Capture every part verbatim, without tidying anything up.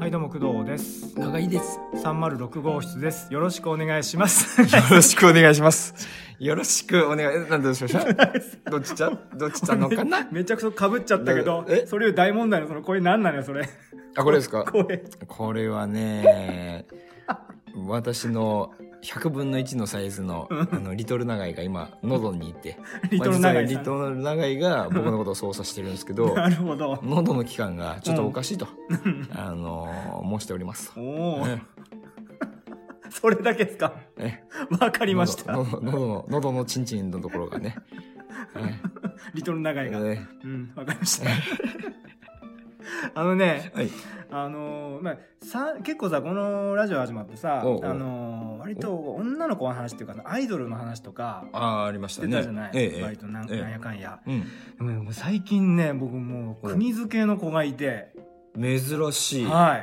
はい、どうも工藤です。 長井です。 さんまるろく号室です。よろしくお願いします。 よろしくお願いします。よろしくお願い。なんでどうしましたどっちちゃどっちちゃのかなめちゃくちゃ被っちゃったけど、えそれより大問題のその声なんなのよ、それ。 あ、これですか声。 これはね、私のひゃくぶんのいちのサイズの、あの、リトル長井が今、喉にいて。 リトル長井、 まあ、リトル長井が僕のことを操作してるんですけど、 なるほど。 喉の期間がちょっとおかしいと、うん、あのー、申しております。 おー。それだけですか。えわかりました。 喉の、喉のチンチンのところがね。 リトル長井が。ね、うん、わかりました。あのね、はい、あのー、まあ、さ、結構さ、このラジオ始まってさ、おうおうあのー、割と女の子の話っていうか、アイドルの話とか、 ああ、ありましたね。 してたじゃない、 ええ、 割となん,、 ええ、 なんやかんや。 うんでも最近ね、僕もう、国付けの子がいて。 珍しい。 はい。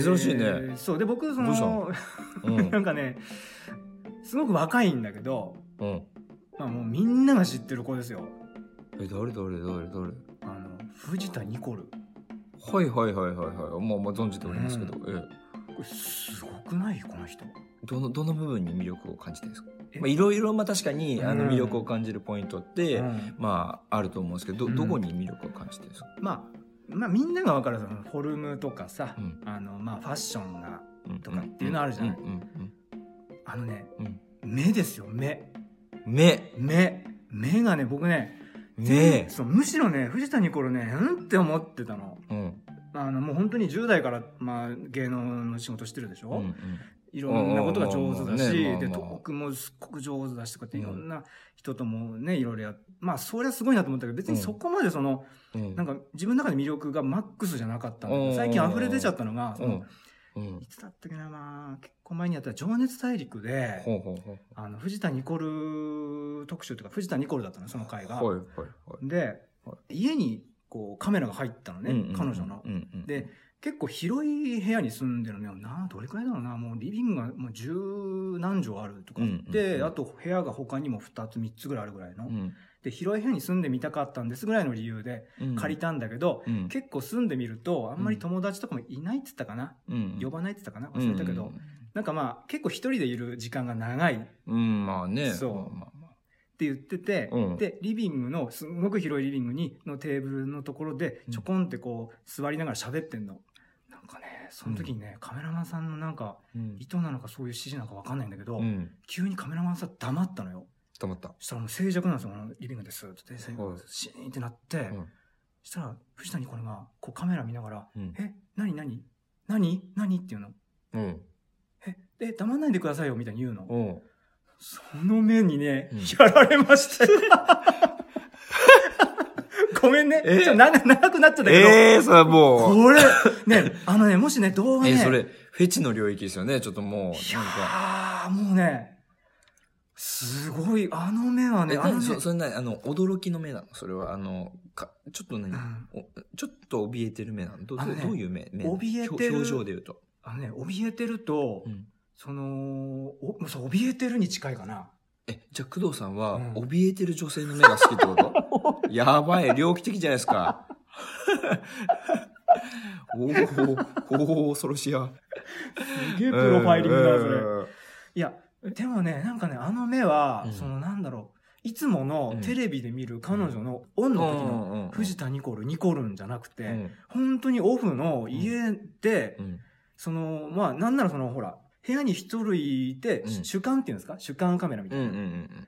珍しいね。 そう。で、僕、その、うん、なんかね、すごく若いんだけど、うん、まあもうみんなが知ってる子ですよ。 え、誰誰誰誰あの、藤田ニコル。 はいはいはいはいはい。もう、まあ、存じておりますけど。うん、ええ、これすごくないこの人。 どの、どの部分に魅力を感じてるんですか？まあ、いろいろ、まあ確かに、あの、魅力を感じるポイントって、うん、まあ、あると思うんですけど、ど、どこに魅力を感じてるんですか？ まあ、まあみんなが分かるそのフォルムとかさ、うん、あの、まあファッションが、とかっていうのあるじゃない。あのね、うん、目ですよ、目。 目。 目。目がね、僕ね、 ねそう、むしろね、藤田ニコルね、うんって思ってたの。うん、あの、もう本当にじゅう代から、まあ、芸能の仕事してるでしょ、うんうん、いろんなことが上手だし、ね、で、トークもすっごく上手だしとかって、いろんな人ともね、いろいろやっまあ、それはすごいなと思ったけど、別にそこまでその、うん、なんか自分の中で魅力がマックスじゃなかったんだけど、最近溢れ出ちゃったのが、その、うん、いつだったっけな、まあ、結構前にやった情熱大陸で、ほうほうほうあの、藤田ニコル特集というか、藤田ニコルだったの、その回が。はいはいはい、で、はい、家にこうカメラが入ったのね、うんうん、彼女の、うんうん。で、結構広い部屋に住んでるのよ。な、どれくらいだろうな、もうリビングがもう十何畳あるとか、うんうんうん、で、あと部屋が他にも二つ三つぐらいあるぐらいの。うんで、広い部屋に住んでみたかったんですぐらいの理由で借りたんだけど、うん、結構住んでみると、あんまり友達とかもいないって言ったかな、うん、呼ばないって言ったかな忘れたけど、うん、なんかまあ、結構一人でいる時間が長い。 うん、まあね。 そう。まあまあ、って言ってて、うん、で、リビングの、すごく広いリビングに、のテーブルのところで、ちょこんってこう、座りながら喋ってんの。なんかね、その時にね、うん、カメラマンさんのなんか、意図なのかそういう指示なのかわかんないんだけど、うん、急にカメラマンさん黙ったのよ。 黙った。 そしたらもう静寂なんですよ、リビングです。って、シーンってなって、うん、そしたら、藤田ニコルが、こうカメラ見ながら、うん、え、何何何何って言うの。うん。え、え、黙んないでくださいよ、みたいに言うの。うん。その目にね、うん、やられましたよ。ごめんね。えー、ちょっと長くなっちゃったけど。 ええー、それはもう。これ、ね、あのね、もしね、動画ね。 えー、それ、フェチの領域ですよね、ちょっともう。いやー、もうね、すごい、あの目はね、あの目。 そ、それな、あの、驚きの目なのそれは、あの、か、ちょっと何、うん、ちょっと怯えてる目なのど, ど, ね、どういう目目怯えてる。 表情で言うと。 あのね、怯えてると、うん、その、お、そう、怯えてるに近いかな。 え、じゃあ工藤さんは、うん、怯えてる女性の目が好きってことやばい、猟奇的じゃないですか。おおお恐ろしいや。 すげえプロファイリングだ、それ。いや、でもね、なんかね、あの目は、うん、そのなんだろう、いつものテレビで見る彼女のオンの時の藤田ニコル、ニコルンじゃなくて、うん、本当にオフの家で、うん、その、まあ、なんならその、ほら、部屋に一人いて、うん、主観っていうんですか主観カメラみたいな。うんうんうん、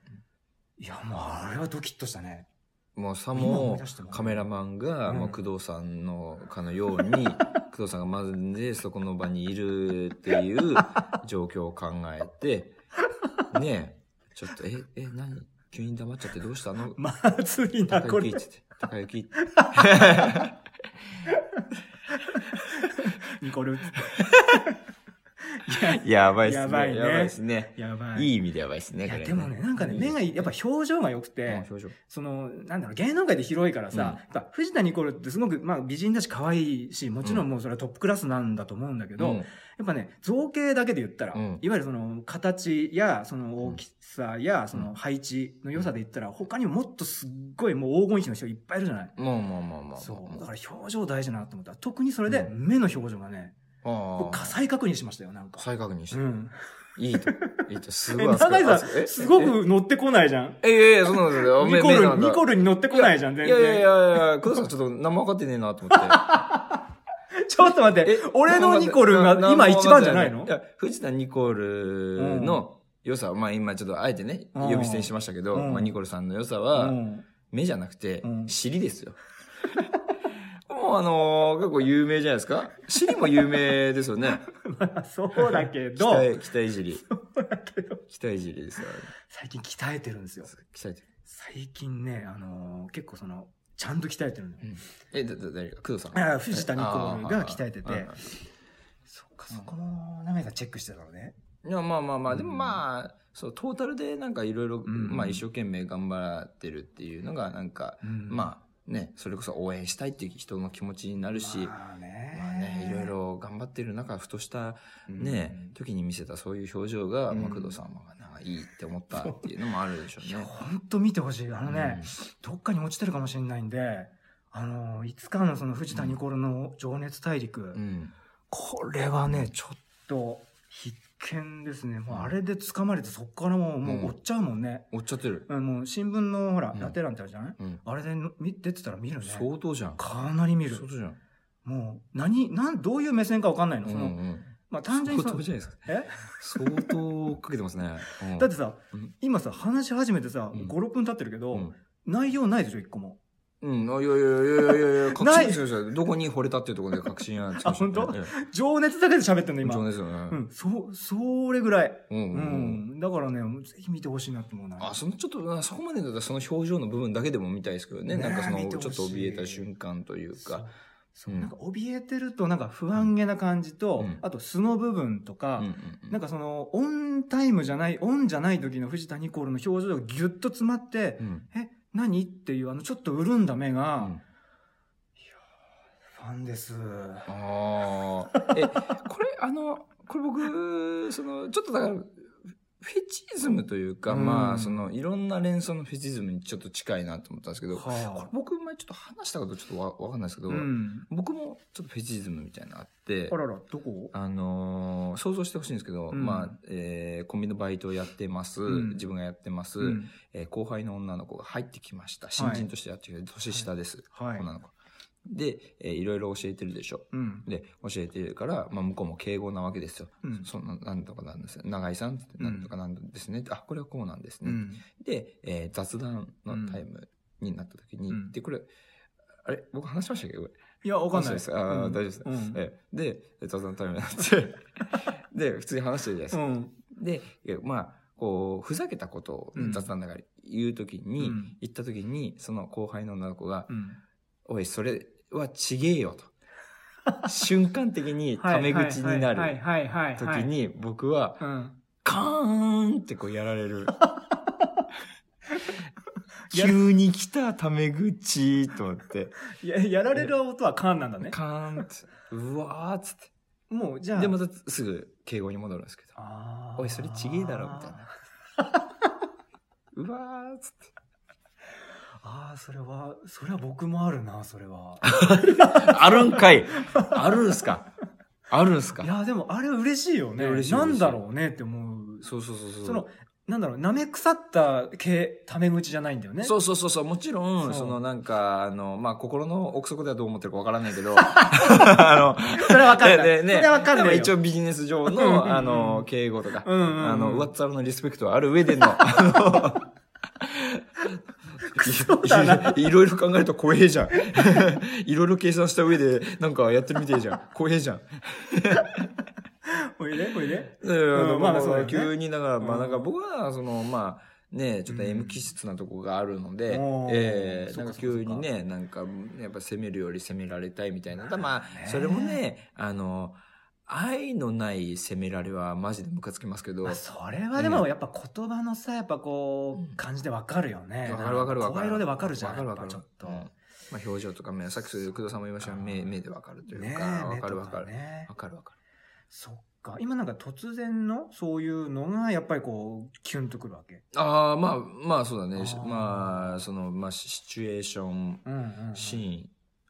いや、もうあれはドキッとしたね。 もうさもカメラマンが、うん、もう工藤さんのかのように、工藤さんがまずでそこの場にいるっていう状況を考えて、ねえ、ちょっと、え、え、何急に黙っちゃってどうしたのまずいな、これ。 高雪って。 ニコル。 やばいっすね。 やばいね。 やばいっすね。 やばい。 いい意味でやばいっすね。 いや、でもね、なんかね、目がいい、やっぱ表情が良くて、その、なんだろう、芸能界で広いからさ、やっぱ藤田ニコルってすごく、まあ美人だし可愛いし、もちろんもうそれはトップクラスなんだと思うんだけど、やっぱね、造形だけで言ったら、いわゆるその形や、その大きさや、その配置の良さで言ったら、他にももっとすっごいもう黄金比の人いっぱいいるじゃない。 まあまあまあまあ。 そう。だから表情大事だなと思った。特にそれで目の表情がね、 僕再確認しましたよ、なんか。 再確認した。 うん。 いいと。いいと。すごい。 長井さん、すごく乗ってこないじゃん。 え、いやいや、そうなんですよ。 ニコル、ニコルに乗ってこないじゃん、全然。 いやいやいや、工藤さんちょっと何も分かってねえなと思って。 ちょっと待って、俺のニコルが今一番じゃないの？いや、 藤田ニコルの良さは、まあ今ちょっとあえてね、呼び捨てにしましたけど、まあニコルさんの良さは、目じゃなくて、尻ですよ。もうあのー、結構有名じゃないですか。尻も有名ですよね。 まあ、そうだけど。 鍛え、鍛え尻。 そうだけど。 鍛え尻ですよ。 最近鍛えてるんですよ。 鍛えてる。 最近ね、あのー、結構その、ちゃんと鍛えてるのよ。うん、 え、だ、だ、誰か工藤さん？ ああ、藤田ニコルが鍛えてて。そっか、そこも、長井さんチェックしてたのね。 いや、まあまあまあ、でもまあ、そう、トータルでなんかいろいろ、まあ一生懸命頑張ってるっていうのが、なんか、まあ、ね、それこそ応援したいっていう人の気持ちになるし、まあね、まあね、いろいろ頑張ってる中、ふとしたね、うん、時に見せたそういう表情が、うん、まあ、工藤さんがなんかいいって思ったっていうのもあるでしょうね。 本当見てほしい。あのね、うん、どっかに落ちてるかもしれないんで、あの、いつかのその藤田ニコルの情熱大陸、うん、これはね、ちょっと必見ですね。もうあれで掴まれてそっからもう、もう追っちゃうもんね。 追っちゃってる。 もう新聞のほら、ラテ欄ってあるじゃない、うん、あれで出てたら見るね。 相当じゃん。 かなり見る。 相当じゃん。 もう、何、なん、どういう目線かわかんないの。その、うんうん、まあ単純に相当じゃないですか。え相当かけてますね。 うん、だってさ、うん、今さ、話し始めてさ、うん、ご、ろっぷん経ってるけど、うん、内容ないでしょ、一個も。 うん、いやいやいやいやいやいや、確信ですよ。どこに惚れたっていうところで確信やあ、本当？情熱だけで喋ってんの、今。 情熱よね。 うん、そ、それぐらい。うん、うん。だからね、ぜひ見てほしいなって思うな。 あ、そのちょっと、そこまでだったらその表情の部分だけでも見たいですけどね。なんかその、ちょっと怯えた瞬間というか。 そう、なんか怯えてると、なんか不安げな感じと、あと素の部分とか、なんかその、オンタイムじゃない、オンじゃない時の藤田ニコルの表情がギュッと詰まって、え、何っていう、あの、ちょっと潤んだ目が、ファンです。 ああ。え、これ、あの、これ僕、その、ちょっとだから、フェチズムというか、うん、まあ、その、いろんな連想のフェチズムにちょっと近いなと思ったんですけど、はあ、これ僕、前ちょっと話したことちょっとわ、わかんないですけど、うん、僕もちょっとフェチズムみたいなのあって、 あらら、どこ？ あのー、想像してほしいんですけど、うん、まあ、えー、コンビニのバイトをやってます、うん、自分がやってます、うん、えー、後輩の女の子が入ってきました。新人としてやってきて、年下です、はい、女の子。で、えー、いろいろ教えてるでしょ。うん、で、教えてるから、まあ、向こうも敬語なわけですよ。うん、そんな、なんとかなんですよ。長井さんって、なんとかなんですね。うん、あ、これはこうなんですね。うん、で、えー、雑談のタイムになった時に、うん、で、これ、あれ僕話しましたっけこれ。 いや、わかんないです。あ、うん、大丈夫です、うん、えー。で、雑談タイムになって、で、普通に話してるじゃないですか。うん、で、まあ、こう、ふざけたことを雑談だから言うときに、うん、言ったときに、その後輩の女の子が、うんおい、それはちげえよと。瞬間的にタメ口になる時に僕は、カーンってこうやられる。急に来たタメ口と思って。 や、やられる音はカーンなんだね。 カーンって。うわーっつって。 もう、じゃあ。 で、またすぐ敬語に戻るんですけど。おい、それちげえだろ、みたいな。うわーっつって。 ああ、それは、それは僕もあるな、それは。 あるんかいあるんすかあるんすかいや、でもあれ嬉しいよね。嬉しい。なんだろうねって思う。 そうそうそうそう。 その、なんだろう、舐め腐った系、タメ口じゃないんだよね。 そうそうそうそう。もちろん、そのなんか、あの、まあ、心の奥底ではどう思ってるかわからないけど、あの、それはわかんない。ね、ね、それはわかんないよ。 一応ビジネス上の、あの、敬語とか、あの、上っ面のリスペクトはある上での、あの、 そうだな。 いろいろ考えると怖えじゃん。いろいろ計算した上で、なんかやってるみてえじゃん。怖えじゃん。 おいでおいで。 うん、まあ、そう、急に、だから、まあ、なんか僕は、その、まあ、ねちょっと M 気質なとこがあるので、ええ、なんか急にね、なんか、やっぱ攻めるより攻められたいみたいな。まあ、それもね、あの、愛のない責められはマジでムカつきますけど。まあ、 それはでもやっぱ言葉のさ、やっぱこう、感じでわかるよね。 わかるわかるわかる。 声色でわかるじゃん。 わかるわかる。 ちょっと。 まあ表情とか目、さっき工藤さんも言いましたが、目、目でわかるというか、わかるわかる。わかるわかる。 そっか。今なんか突然のそういうのがやっぱりこう、キュンとくるわけ。 ああ、まあ、まあそうだね。まあ、その、まあシチュエーション、シーン。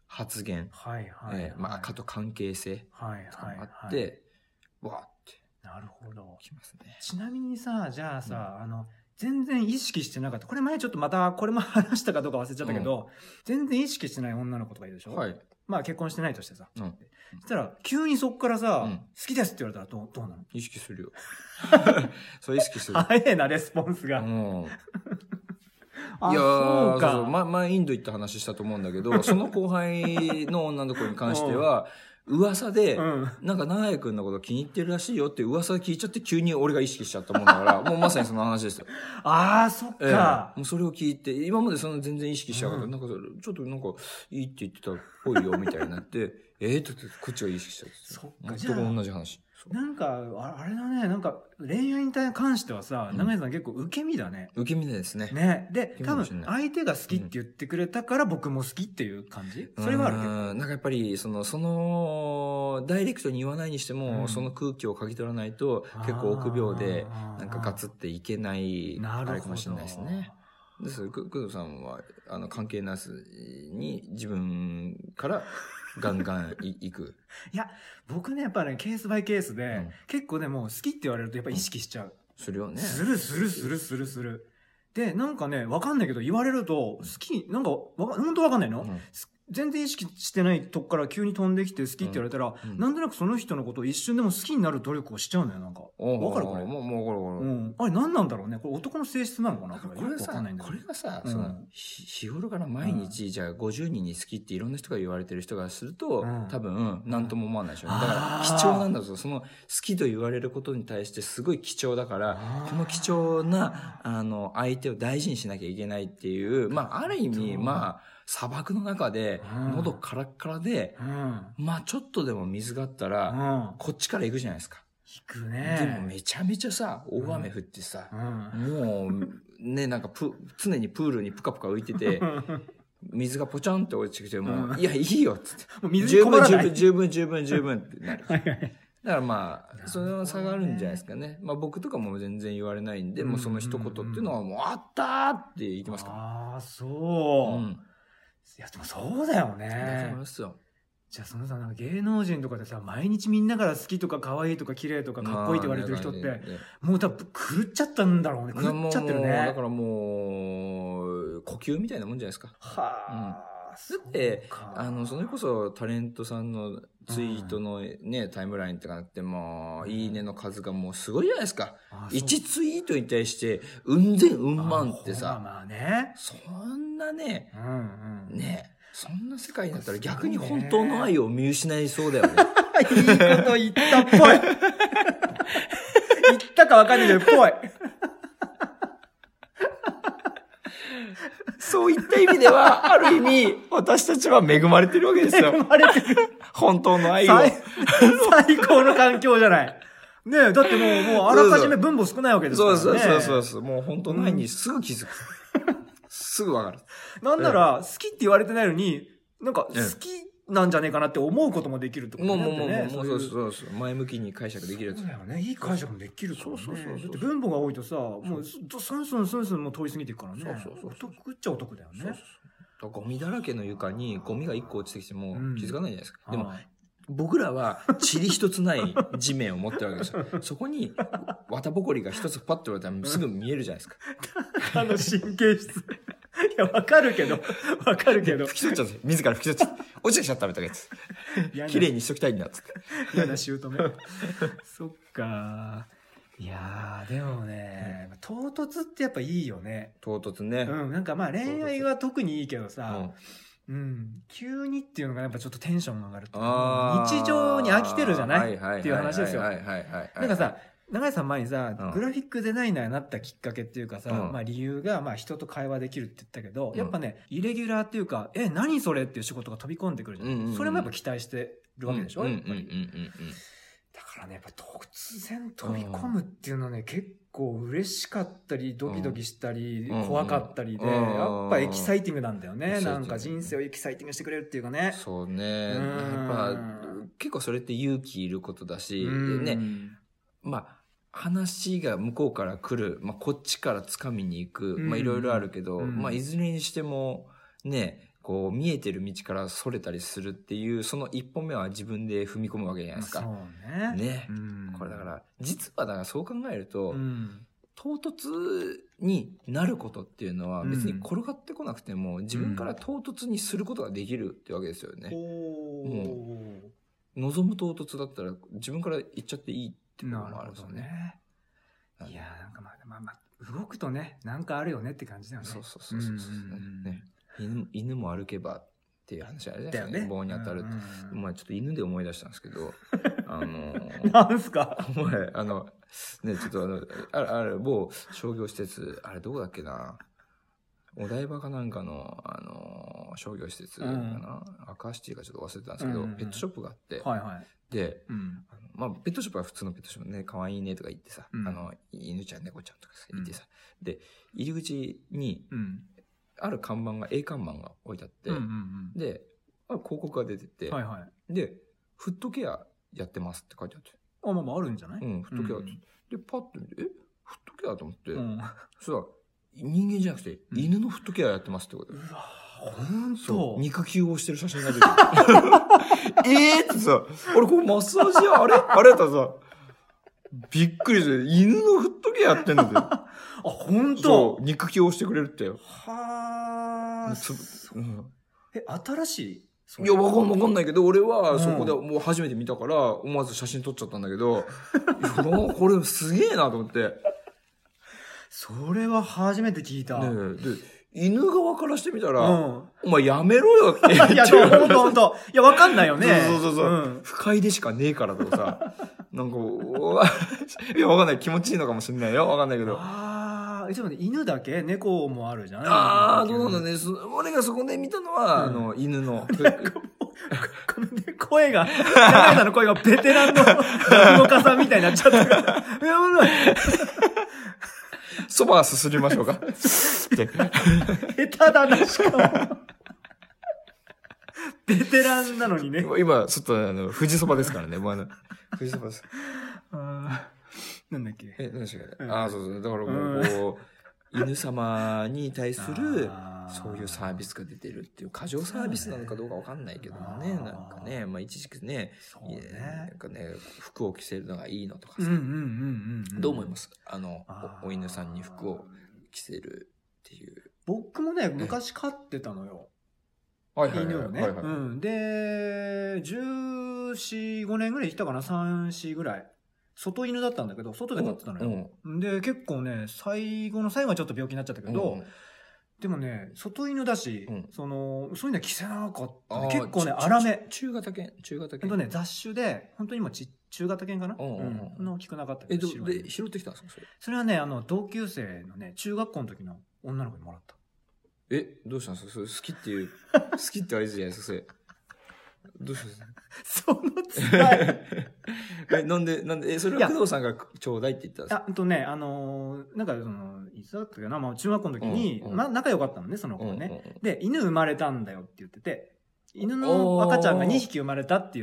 発言。 はいはい、はい。 えー、まあ、あと関係性。 はいはい、はい。 あって、わーって。 なるほど。 きますね。 ちなみにさ、じゃあさ、うん、あの、全然意識してなかった。これ前ちょっとまた、これも話したかどうか忘れちゃったけど、うん、全然意識してない女の子とかいるでしょ？はい。まあ結婚してないとしてさ。うん。そしたら、急にそっからさ、うん、好きですって言われたらどう、どうなの？ 意識するよ。そう意識する。 早いな、レスポンスが。うん。 いやー、そうそう。ま、前インド行った話したと思うんだけど、その後輩の女の子に関しては、噂で、うん、なんか長井くんのこと気に入ってるらしいよって噂聞いちゃって急に俺が意識しちゃったもんだから、もうまさにその話ですよ。 ああ、そっか、えー。 もうそれを聞いて、今までそんな全然意識しなかった。うん、なんか、ちょっとなんか、いいって言ってたっぽいよ、みたいになって、えーってこっちが意識したんですよ。そっか、じゃあ。全く同じ話。 なんか、あれだね、なんか、恋愛に関してはさ、長井さん結構受け身だね。 受け身ですね。 ね。で、多分、相手が好きって言ってくれたから僕も好きっていう感じ？それはあるけど。 なんかやっぱり、その、その、ダイレクトに言わないにしても、その空気を嗅ぎ取らないと、結構臆病で、なんかガツっていけない、あれかもしれないですね。です。工藤さんは、あの、関係なしに自分からガンガンいく。 いや、僕ね、やっぱね、ケースバイケースで、うん、結構でも好きって言われるとやっぱ意識しちゃう。うん、 するよね。 するするするするする。で、なんかね、わかんないけど言われると、好き、なんか、わか、本当わかんないの、うん、全然意識してないとこから急に飛んできて好きって言われたら、うんうん、なんとなくその人のことを一瞬でも好きになる努力をしちゃうのよ、なんか。わかるこれ。 もう、もう、わかるわかる。 うん。あれ何なんだろうね。これ男の性質なのかなこれさ、これがさ、その、日頃から毎日、じゃあごじゅうにんに好きっていろんな人が言われてる人がすると、多分、なんとも思わないでしょ。だから、貴重なんだぞ。その、好きと言われることに対してすごい貴重だから、この貴重な、あの、相手を大事にしなきゃいけないっていう、まあ、ある意味、まあ、砂漠の中で、喉カラッカラで、うん、まあちょっとでも水があったら、うん、こっちから行くじゃないですか。 行くね。 でもめちゃめちゃさ、大雨降ってさ、うん、もう、ね、なんかプ、常にプールにプカプカ浮いてて、水がポチャンって落ちてきても、うん、いや、いいよっつって。もう水に困らない。十分、十分、十分、十分ってなる。はいはい、だからまあ、その差があるんじゃないですかね。まあ僕とかも全然言われないんで、もうその一言っていうのはもう、あったーって言ってますから。 ああ、そう。うんいや、でもそうだよね。 そうですよ。 じゃあそのさ、なんか芸能人とかでさ、毎日みんなから好きとか可愛いとか綺麗とかかっこいいって言われてる人って、ね、もう多分狂っちゃったんだろうね。狂っちゃってるね。 だからもう、呼吸みたいなもんじゃないですか。はあ。うんだって、あの、それこそタレントさんのツイートのね、うん、タイムラインとかあっても、いいねの数がもうすごいじゃないですか。いちツイートに対して、うん千うん万ってさ、 まあね、 そんなね、 うんうん、 ね、そんな世界になったら逆に本当の愛を見失いそうだよね。 いいこと言ったっぽい。言ったかわかんないけど、ぽい。 そういった意味では、ある意味、私たちは恵まれてるわけですよ。 恵まれてる。 本当の愛を。 最高の環境じゃない。ねえ、だってもう、もうあらかじめ分母少ないわけですからね。 そうそうそうそう。もう本当の愛にすぐ気づく。うん、すぐわかる。 なんなら、好きって言われてないのに、なんか好きなんじゃねえかなって思うこともできるってことね。 もうもうもう、もうそうそうそう。前向きに解釈できるやつ。 そうだよね。いい解釈もできるからね。そうそうそう。だって分母が多いとさ、もう、スンスンスンスンも通り過ぎていくからね。そうそうそう。お得っちゃお得だよね。そうそうそう。ゴミだらけの床にゴミが一個落ちてきても気づかないじゃないですか。うん、でも、僕らは塵一つない地面を持ってるわけですよ。そこに綿ぼこりが一つパッと言われたらすぐ見えるじゃないですか。 あの神経質。いや、わかるけど、わかるけど。 拭き取っちゃって、自ら拭き取っちゃって、落ちてきちゃったみたいなやつ。綺麗にしときたいんだ、つって。 嫌な姑。そっか。いやー、でもね、うん、唐突ってやっぱいいよね。 唐突ね。 うん、なんかまあ恋愛は特にいいけどさ、うん、うん、急にっていうのがやっぱちょっとテンションが上がると。日常に飽きてるじゃないっていう話ですよ。なんかさ、長井さん前にさ、うん、グラフィックデザイナーになったきっかけっていうかさ、うん、まあ理由が、まあ人と会話できるって言ったけど、うん、やっぱね、イレギュラーっていうか、え、何それっていう仕事が飛び込んでくるじゃん。うんうんうん、それもやっぱ期待してるわけでしょ、やっぱり。だからね、やっぱ突然飛び込むっていうのはね、結構嬉しかったり、ドキドキしたり、うん、怖かったりで、うん、やっぱエキサイティングなんだよね。なんか人生をエキサイティングしてくれるっていうかね。 そうね。やっぱ、結構それって勇気いることだし、でね、まあ、話が向こうから来る、まあ、こっちから掴みに行く、まあ、いろいろあるけど、うん、まあ、いずれにしても、ね、ここう見えてる道からそれたりするっていうその一歩目は自分で踏み込むわけじゃないですか。 そうね。 ね、 うん、 これだから実はだからそう考えると、 うん、 唐突になることっていうのは別に転がってこなくても自分から唐突にすることができるってわけですよね。うん、もう望む唐突だったら自分から言っちゃっていいっていうのもあるんですよね。 いやーなんかまあまあまあ動くとねなんかあるよねって感じだよね。 そうそうそうそうそう、うんね、犬, 犬も歩けばっていう話あれじゃないですかね。棒に当たる、うん、まあちょっと犬で思い出したんですけどあのー、 なんすかお前あのねちょっとあのあれあれ某商業施設あれどこだっけなお台場かなんかのあのー、商業施設かな、うん、アクアシティかちょっと忘れてたんですけど、うんうんうん、ペットショップがあって、はいはい、で、うんまあ、ペットショップは普通のペットショップね、可愛いねとか言ってさ、うん、あの、犬ちゃん、猫ちゃんとか言ってさ、うん、で、入り口に、うん、ある看板が、A 看板が置いてあって、うんうんうん、で、ある広告が出てて、はいはい、で、フットケアやってますって書いてあって。 あ、まあまああるんじゃない？ うん、フットケアって。うん、で、パッと見て、えフットケアと思って、うん、そしたら、人間じゃなくて、犬のフットケアやってますってこと。うわほんと肉球をしてる写真が出てる。えーってさ、俺これマッサージ屋あれあれだったらさ、びっくりして、犬のフットケアやってんだよ。あ、 ほんと肉球をしてくれるってよ。 はー。うん、え、新しいいや、わかん、わかんないけど、俺はそこでもう初めて見たから、思わず写真撮っちゃったんだけど、これすげえなと思って。 それは初めて聞いた。ねえ、で犬側からしてみたら、うん、お前やめろよって言っちゃう。いや、ほんとほんと。いや、わかんないよね。 そうそうそう。うん、不快でしかねえからとかさ。なんか、いや、わかんない。気持ちいいのかもしれないよ。わかんないけど。 ああ、ちょっと待って、犬だけ猫もあるじゃん。 ああ、どうなんだね。俺がそこで見たのは、うん、あの、犬の。 このね、声が、柳さんの声がベテランの落語家さんみたいになっちゃったから。いや、もうそばすすりましょうか。 下手だな、しかも。ベテランなのにね。 今、ちょっとあの、富士そばですからね。もうあの、富士そばです。 あなんだっけ。 え、何でしたっけ、うん、ああ、そうそう。だからもう、こう、犬様に対する、そういうサービスが出てるっていう、過剰サービスなのかどうかわかんないけどもね。なんかね、まあ一時期ね、ねなんかね、服を着せるのがいいのとかさ。どう思います？あのお、お犬さんに服を着せるっていう。 僕もね、昔飼ってたのよ。はいはいはい、犬をね。はいはい、うん。で、じゅうよん、ごねんぐらい生きたかな、さん、よんぐらい。外犬だったんだけど、外で飼ってたのよ。うん、で、結構ね、最後の最後はちょっと病気になっちゃったけど、うん、でもね、外犬だし、うん、その、そういうのは着せなかった、ね。結構ね、荒め。 中型犬中型犬。 ほんとね、雑種で、本当に今ち、中型犬かな、うんうんうん、そんな大きくなかったけど。 え、ど、で、拾ってきたんですかそれ。 それはね、あの、同級生のね、中学校の時の女の子にもらった。 え、どうしたんですかそれ好きっていう、好きってあれじゃないですかそれ。どうしたんですかそのつらい。 え、なんで、なんで、え、それは工藤さんがちょうだいって言ったんですか？ あ、とね、あのー、なんかその、いつだったかな、まあ中学校の時に、うんうん、まあ仲良かったのね、その子はね、うんうん。で、犬生まれたんだよって言ってて、犬の赤ちゃんがにひき生まれたって言って、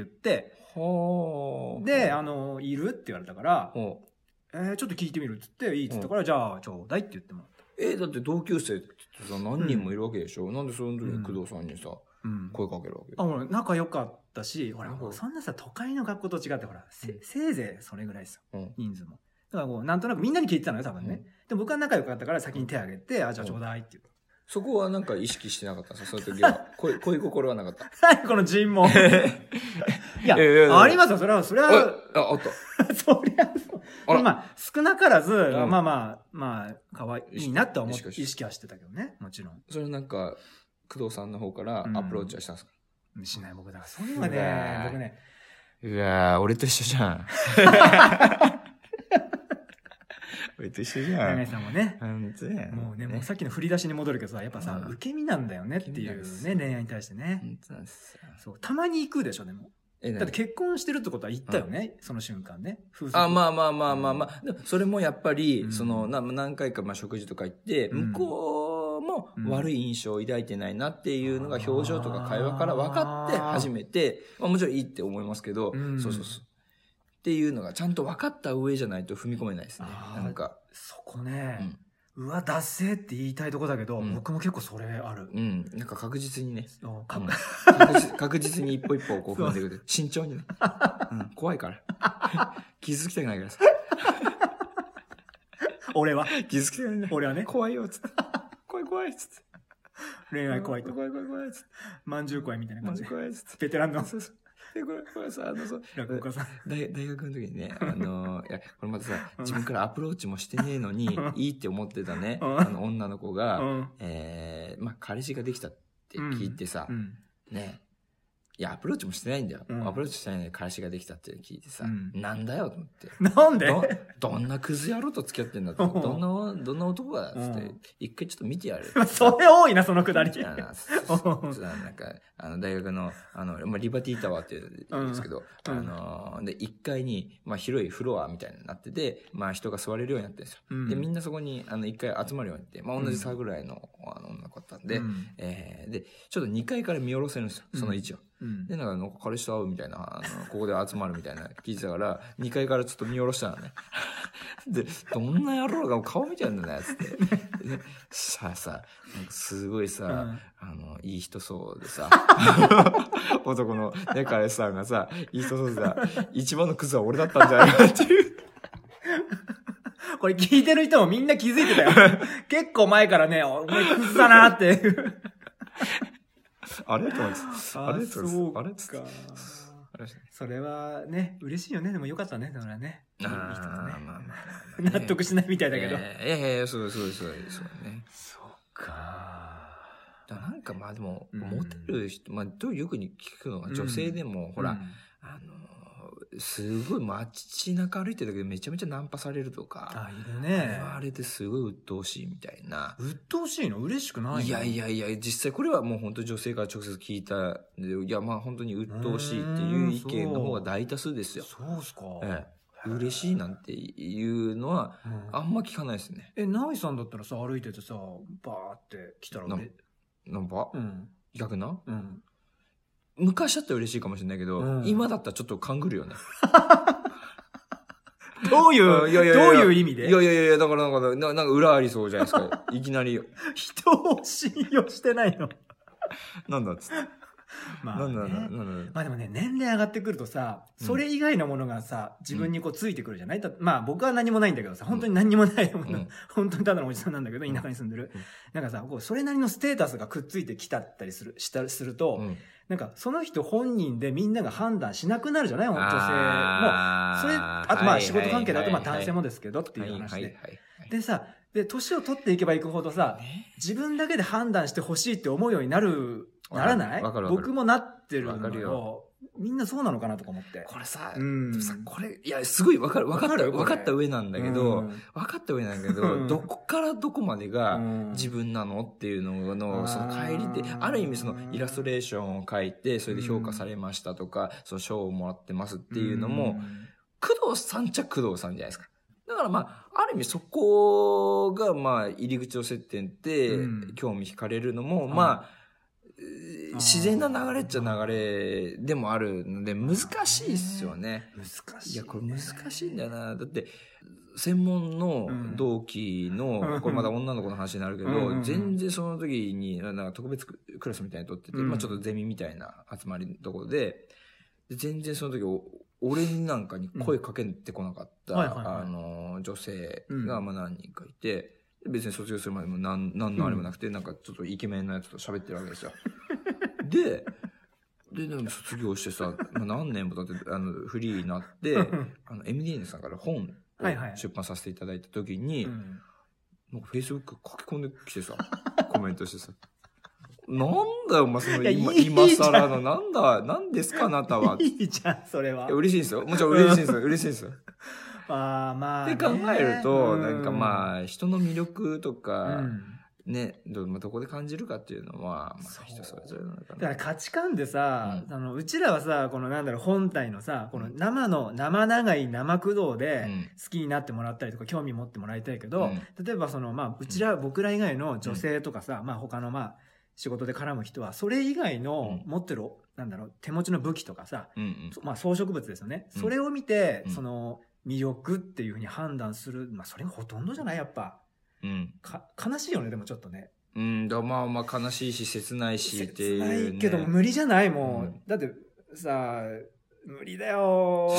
で、あのー、いるって言われたから、えー、ちょっと聞いてみるって言って、いいって言ったから、じゃあちょうだいって言ってもらった。 えー、だって同級生ってさ、何人もいるわけでしょ、うん、なんでその時に工藤さんにさ、うん、声かけるわけ、 あ、ほら、仲良かったし、ほら、もうそんなさ、都会の学校と違って、ほら、せ、せいぜいそれぐらいですよ、うん、人数も。だからこう、なんとなくみんなに聞いてたのよ、多分ね。うん、でも僕は仲良かったから先に手を挙げて、あ、じゃあちょうだいって言う。 そこはなんか意識してなかったんですかそういう時は。恋、恋心はなかった。 はい、この尋問。いや、いやいやいやありますよ、それは、それは。 あ、あった。 そりゃそう。まあ、少なからず、うん、まあまあ、まあ、可愛いなって思って、意識はしてたけどね、もちろん。 それなんか、工藤さんの方からアプローチはしたんですか、 うん、しない、僕だから、そういうのはね、僕ね。 うわぁ、俺と一緒じゃん。俺と一緒じゃん。 柳井さんもね。 本当や。 もうね、もうさっきの振り出しに戻るけどさ、やっぱさ、受け身なんだよねっていうね、恋愛に対してね。 本当なんですよ。 そう、たまに行くでしょ、でも。だって結婚してるってことは言ったよね、うん、その瞬間ね。 夫婦あ、まあまあまあまあまあ。うん、それもやっぱり、うん、その、な何回かまあ食事とか行って、向こうも悪い印象を抱いてないなっていうのが表情とか会話から分かって初めて、まあもちろんいいって思いますけど、うん、そうそうそう。っていうのがちゃんと分かった上じゃないと踏み込めないですね。なんか。 そこね、 うわ、ダッセーって言いたいとこだけど、うん、僕も結構それある。 うん。なんか確実にね。うん、確, 実確実に一歩一歩こう踏んでいく。慎重にね、うん。怖いから。傷つきたくないからさ。 俺は傷つきたくないね。 俺はね。 怖いよ、つって。怖い怖い、つって。 恋愛怖いと。 怖い怖い怖い、つって。 まんじゅう怖いみたいな感じ。 まんじゅう怖い、つって。 ベテランの。 そうそう。で、これ、これさ、あの、そう、 落語家さん。 大、大学の時にね、あの、いや、これまたさ、自分からアプローチもしてねえのに、いいって思ってたね、あの、女の子が、えー、まあ、彼氏ができたって聞いてさ、ね、いや、アプローチもしてないんだよ。うん、アプローチしてないのに彼氏ができたって聞いてさ、うん、なんだよと思って。 なんでど, どんなクズ野郎と付き合ってんだって。どんな、どんな男だっつって、一回ちょっと見てやる。 それ多いな、そのくだり。 なんか、あの、大学の、あの、まあ、リバティタワーって言うんですけど、うん、あの、で、一階に、まあ、広いフロアみたいになってて、まあ、人が座れるようになってるんですよ。うん、で、みんなそこに、あの、一回集まるようになって、まあ、同じ差ぐらいの、あの、女の子だったんで、うん、えー、で、ちょっと二階から見下ろせるんですよ、その位置を。うん、で、なんか、彼氏と会うみたいな、あの、ここで集まるみたいな聞いてたから、にかいからちょっと見下ろしたのね。で、どんな野郎が顔見ちゃうんだね、つって。で、さあさ、なんかすごいさ、うん、あの、いい人そうでさ、男のね、彼氏さんがさ、いい人そうでさ、一番のクズは俺だったんじゃないかっていう。 これ聞いてる人もみんな気づいてたよ。結構前からね、お前クズだなっていう。 あれと思って。あれと思って。あれか。それはね、嬉しいよね。でもよかったね。だからね。いい人とね。まあまあ、納得しないみたいだけど。 いやいやいや、そうそうそうそうね。 そうか。 だなんかまあでも、モテる人、まあ、どうよく聞くのが女性でも、ほら、あの、すごい街中歩いてるだけでめちゃめちゃナンパされるとか。 あ、いるね。 あれですごい鬱陶しいみたいな。 鬱陶しいの嬉しくないの？ いやいやいや、実際これはもう本当女性から直接聞いた。いやまあ本当に鬱陶しいっていう意見の方が大多数ですよ。 そうっすか。 ええ。嬉しいなんていうのはあんま聞かないですね。 うん、え、ナイさんだったらさ、歩いててさ、バーって来たらね。 ナンパ？うん。逆な？ うん。 昔だったら嬉しいかもしれないけど、うん、今だったらちょっと勘ぐるよね。 どういう、いやいやいやどういう意味で？ いやいやいや、だからなんか、ななんか裏ありそうじゃないですか。いきなり。 人を信用してないの。 なんだっつって。 まあ、ね、なんだなんだまあでもね、年齢上がってくるとさ、それ以外のものがさ、自分にこうついてくるじゃない、うん、まあ僕は何もないんだけどさ、本当に何もないもの、うん、本当にただのおじさんなんだけど、田舎に住んでる。うん、なんかさ、こうそれなりのステータスがくっついてきたったりする、したすると、うん、なんかその人本人でみんなが判断しなくなるじゃない女性も。それ、あとまあ仕事関係だとまあ男性もですけどっていう話で。でさ、で、年を取っていけばいくほどさ、自分だけで判断してほしいって思うようになる、ならない？ わかるわかる。 僕もなってるのよ。みんなそうなのかなとか思って。 これさ、うん、さこれ、いや、すごいわかる。わかった、わかった上なんだけど、わかった上なんだけど、どこからどこまでが自分なのっていうのの、その帰りって、ある意味そのイラストレーションを描いて、それで評価されましたとか、その賞をもらってますっていうのも、工藤さんっちゃ工藤さんじゃないですか。だからまあ、ある意味そこがまあ、入り口の接点って興味惹かれるのも、まあ、自然な流れっちゃ流れでもあるので難しいっすよね。 難しい、ね。 いや、これ難しいんだよな。だって、専門の同期の、うん、これまだ女の子の話になるけど、うん、全然その時に、なんか特別クラスみたいに取ってて、うん、まあちょっとゼミみたいな集まりのところで、で全然その時、俺になんかに声かけてこなかった、あの、女性がまあ何人かいて、別に卒業するまでも何、何のあれもなくて、うん、なんかちょっとイケメンのやつと喋ってるわけですよ。で、で、でも卒業してさ、まあ、何年も経って、あの、フリーになって、あの、エムディーエヌ さんから本を出版させていただいた時に、はいはい、なんか Facebook 書き込んできてさ、コメントしてさ、なんだよ、お前その今、今更の、なんだ、なんですかあなたは。 いいじゃん、それは。 嬉しいですよ。もちろん嬉しいですよ。嬉しいですよ。 まあまあ。 って考えると、なんかまあ、人の魅力とか、ね、ど、どこで感じるかっていうのは、まあ、人それぞれなのかな。 だから価値観でさ、うん、あの、うちらはさ、このなんだろう、本体のさ、この生の、生長い生駆動で好きになってもらったりとか、興味持ってもらいたいけど、うん、例えばその、まあ、うちら、僕ら以外の女性とかさ、うん、まあ他のまあ、仕事で絡む人は、それ以外の持ってる、うん、なんだろう、手持ちの武器とかさ、うんうん、まあ装飾物ですよね。それを見て、うん、その、魅力っていうふうに判断する、まあそれがほとんどじゃないやっぱ。 うん。 か、悲しいよね、でもちょっとね。 うん、だまあまあ悲しいし、切ないしっていう、ね。 切ないけど無理じゃないもう。うん、だってさ、無理だよ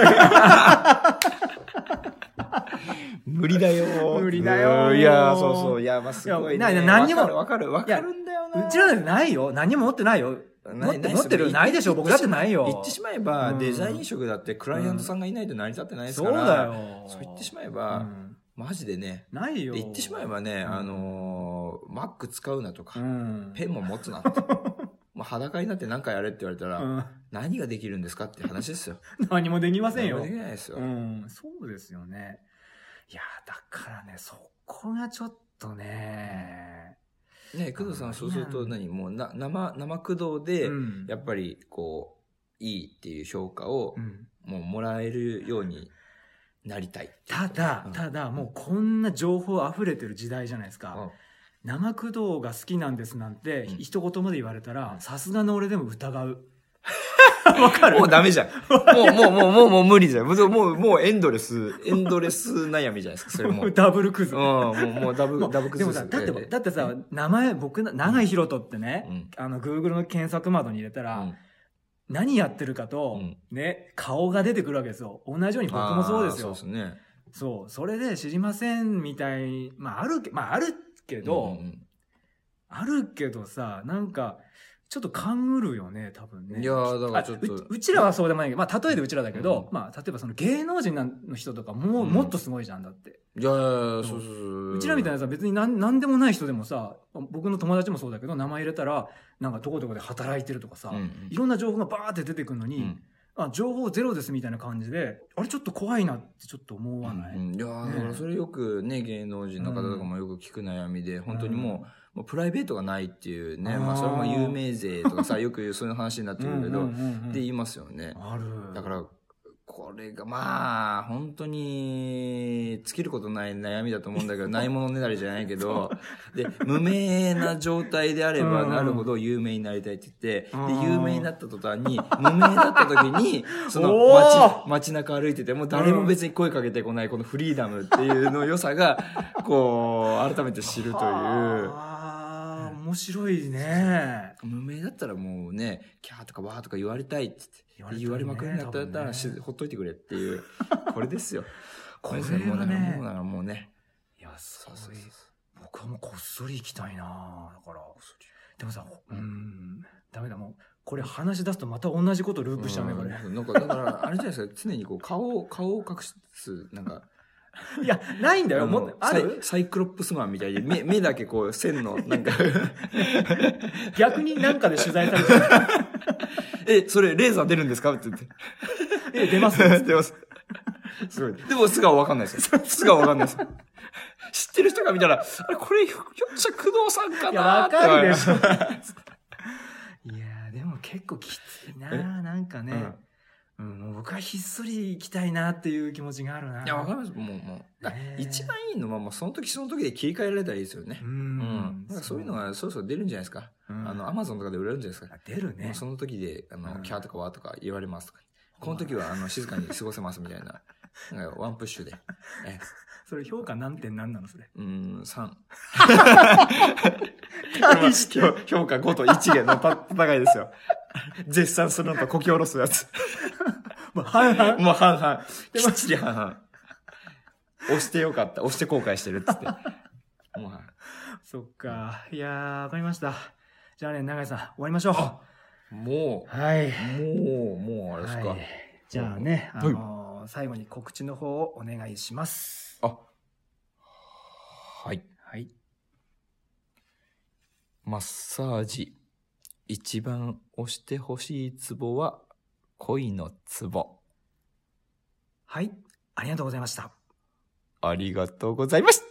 無理だよ無理だよいや、そうそう。いや、まあ、すごい、ね。 いや、何にも。 わかる、わかるんだよな。 うちらだってないよ。何にも持ってないよ。持って持ってるないでしょ。僕だってないよ。 言ってしまえば、デザイン職だってクライアントさんがいないと成り立ってないですから。 そうだよ。 そう言ってしまえば、マジでね。 ないよ。 言ってしまえばね、あの、Mac 使うなとか、ペンも持つなって。まあ、裸になって何かやれって言われたら、うん、何ができるんですかって話ですよ。 何もできませんよ。 何もできないですよ。 うん、そうですよね。いや、だからね、そこがちょっとね。 ね、工藤さんはそうすると何もうな、生、生工藤で、やっぱりこう、いいっていう評価を、もうもらえるようになりたい。 ただ、うん、ただ、もうこんな情報溢れてる時代じゃないですか。うん、生工藤が好きなんですなんて、うん、一言まで言われたら、さすがの俺でも疑う。わかる？ もうダメじゃん。もう、もう、もう、もう、もう無理じゃん。もう、もう、もうエンドレス、エンドレス悩みじゃないですか、それも。 ダブルクズ。 うん、もう、もうダブル、ダブルクズ。 でもさ、だって、だってさ、名前、僕、長井宏人ってね、うん、あの、Google の検索窓に入れたら、うん、何やってるかと、うん、ね、顔が出てくるわけですよ。同じように僕もそうですよ。 そうですね。 そう。それで知りませんみたい、まあ、あるけ、まあ、あるけど、うんうん、あるけどさ、なんか、ちょっと勘ぐるよね、多分ね。 いやー、だからちょっとう。うちらはそうでもないけど、まあ、例えでうちらだけど、うん、まあ、例えばその芸能人の人とかも、うん、もっとすごいじゃんだって。 いやいやそうそうそう。 うちらみたいなさ、別になん、なんでもない人でもさ、僕の友達もそうだけど、名前入れたら、なんかどこどこで働いてるとかさ、うんうん、いろんな情報がバーって出てくるのに、うんあ、情報ゼロですみたいな感じで、あれちょっと怖いなってちょっと思わない、 うん、いやー、ね、だからそれよくね、芸能人の方とかもよく聞く悩みで、うん、本当にもう、もうプライベートがないっていうね、まあそれも有名税とかさ、よくそういう話になってくるけど、うんうんうんうん、って言いますよね。 ある。 だから、これがまあ、本当に、尽きることない悩みだと思うんだけど、ないものねだりじゃないけど、で、無名な状態であればなるほど有名になりたいって言って、うん、で、有名になった途端に、無名だった時に、その街、街中歩いてても誰も別に声かけてこないこのフリーダムっていうの良さが、こう、改めて知るという。 面白いね。 無名だったらもうね、キャーとかワーとか言われたいって言って、言われまくりになったら、ね、ほっといてくれっていう、これですよ。 これはね。 もうだからもうね。 いや、そうそうそう。僕はもうこっそり行きたいなだから。でもさ、うん、ダメだ、もう。これ話し出すとまた同じことループしちゃうね、これ。 なんか、だから、あれじゃないですか、常にこう、顔を、顔を隠す、なんか、 いや、ないんだよ。もあるサイクロップスマンみたいで、目、目だけこう、線の、なんか。 逆になんかで取材されてる。え、それ、レーザー出るんですかって言って。 え、出ます出ます。すごい。でも、素顔わかんないですよ。素顔わかんないです。知ってる人が見たら、あれ、これ、ひょっとしたら工藤さんかな。 いや、わかるでしょ。いや、でも結構きついななんかね。うんうん、僕はひっそり行きたいなっていう気持ちがあるな。 いや、わかります。もう、もう。一番いいのは、もうその時その時で切り替えられたらいいですよね。うん。うん。なんかそういうのがそろそろ出るんじゃないですか。うん、あの、アマゾンとかで売れるんじゃないですか。 出るね。 もうその時で、あの、うん、キャーとかワーとか言われますとか。この時は、あの、静かに過ごせますみたいな。なんかワンプッシュで。えそれ評価何点何なのそれ。 うーん、さん。 大して評価ごといちげの戦いですよ。絶賛するのとこき下ろすやつ。 もう半々。 もう半々。きっちり半々。押してよかった。押して後悔してるっつって。もうそっか。いやー、わかりました。じゃあね、永井さん、終わりましょう。もう。はい。 もう、もうあれですか。はい、 じゃあね、あのー、最後に告知の方をお願いします。 あ。はい。 はい。 マッサージ。一番押してほしいツボは恋のツボ。 はい。ありがとうございました。 ありがとうございました。